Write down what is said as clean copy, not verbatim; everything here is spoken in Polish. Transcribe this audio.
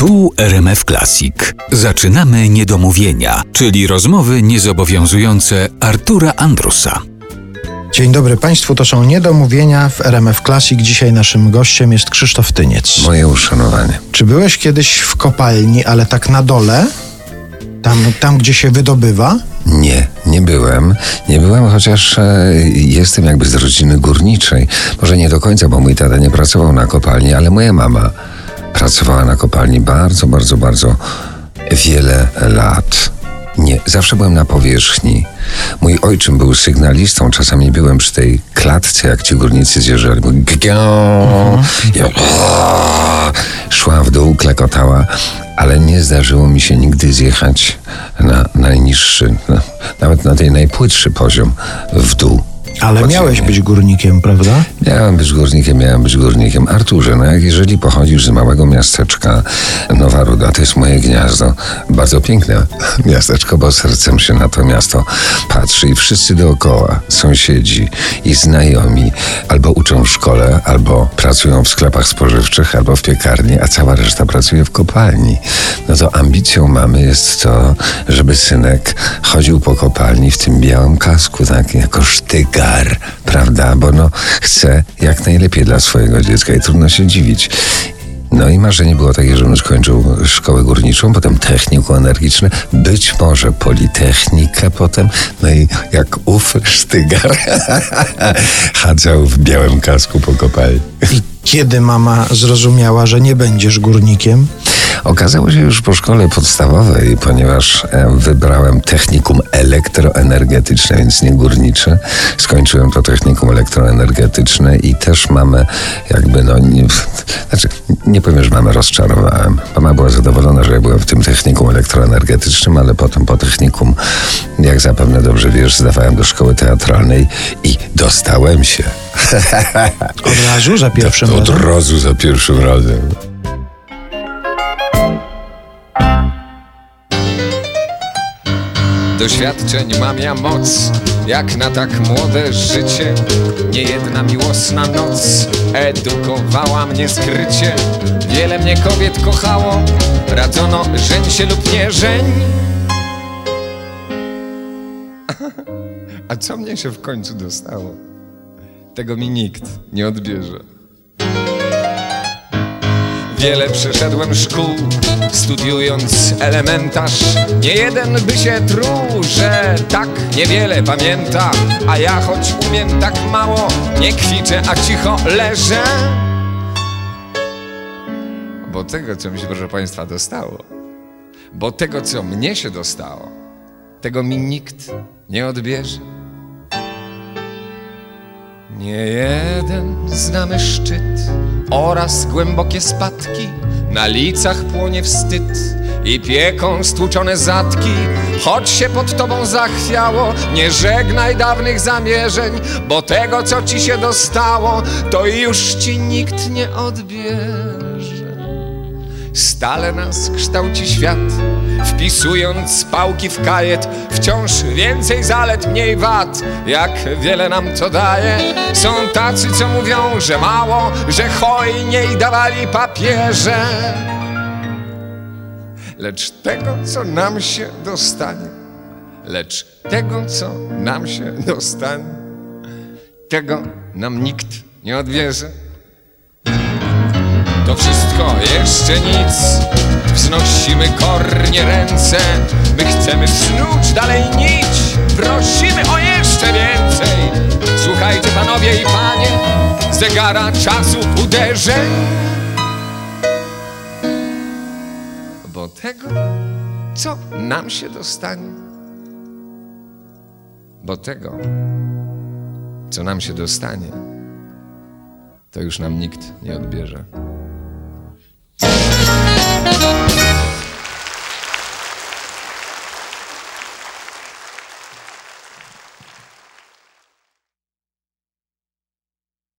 Tu RMF Classic. Zaczynamy niedomówienia, czyli rozmowy niezobowiązujące Artura Andrusa. Dzień dobry Państwu, to są niedomówienia w RMF Classic. Dzisiaj naszym gościem jest Krzysztof Tyniec. Moje uszanowanie. Czy byłeś kiedyś w kopalni, ale tak na dole? Tam gdzie się wydobywa? Nie byłem. Nie byłem, chociaż jestem jakby z rodziny górniczej. Może nie do końca, bo mój tata nie pracował na kopalni, ale moja mama pracowała na kopalni bardzo wiele lat. Nie, zawsze byłem na powierzchni. Mój ojczym był sygnalistą, czasami byłem przy tej klatce, jak ci górnicy zjeżdżali. Szła w dół, klekotała, ale nie zdarzyło mi się nigdy zjechać na najniższy, nawet na tej najpłytszy poziom w dół. Ale miałeś być górnikiem, prawda? Miałem być górnikiem. Arturze, jeżeli pochodzisz z małego miasteczka Nowa Ruda, to jest moje gniazdo. Bardzo piękne miasteczko, bo sercem się na to miasto patrzy i wszyscy dookoła, sąsiedzi i znajomi, albo uczą w szkole, albo pracują w sklepach spożywczych, albo w piekarni, a cała reszta pracuje w kopalni. No to ambicją mamy jest to, żeby synek chodził po kopalni w tym białym kasku, tak, jako sztygar. Prawda? Bo chce jak najlepiej dla swojego dziecka i trudno się dziwić. No i marzenie było takie, żebym skończył szkołę górniczą, potem technikum energiczne, być może politechnikę potem, no i jak ów sztygar chadzał w białym kasku po kopalni. I kiedy mama zrozumiała, że nie będziesz górnikiem? Okazało się już po szkole podstawowej, ponieważ wybrałem technikum elektroenergetyczne, więc nie górnicze. Skończyłem to technikum elektroenergetyczne i też mamę nie powiem, że mamę rozczarowałem. Mama była zadowolona, że ja byłem w tym technikum elektroenergetycznym, ale potem po technikum, jak zapewne dobrze wiesz, zdawałem do szkoły teatralnej i dostałem się. Od razu za pierwszym razem? Od razu za pierwszym razem. Doświadczeń mam ja moc, jak na tak młode życie. Niejedna miłosna noc edukowała mnie skrycie. Wiele mnie kobiet kochało, radzono żeń się lub nie żeń. A co mnie się w końcu dostało? Tego mi nikt nie odbierze. Wiele przeszedłem szkół, studiując elementarz. Nie jeden by się truł, że tak niewiele pamięta. A ja choć umiem tak mało, nie kwiczę, a cicho leżę. Bo tego, co mi się, proszę Państwa, dostało, bo tego, co mnie się dostało, tego mi nikt nie odbierze. Nie jeden znamy szczyt oraz głębokie spadki. Na licach płonie wstyd i pieką stłuczone zatki. Choć się pod tobą zachwiało, nie żegnaj dawnych zamierzeń, bo tego, co ci się dostało, to już ci nikt nie odbierze. Stale nas kształci świat, wpisując pałki w kajet. Wciąż więcej zalet, mniej wad, jak wiele nam to daje. Są tacy, co mówią, że mało, że hojniej dawali papieże. Lecz tego, co nam się dostanie, tego nam nikt nie odbierze. To wszystko jeszcze nic, wznosimy kornie ręce. My chcemy snuć dalej nić, prosimy o jeszcze więcej. Słuchajcie panowie i panie, zegara czasu uderzeń. Bo tego, co nam się dostanie, to już nam nikt nie odbierze.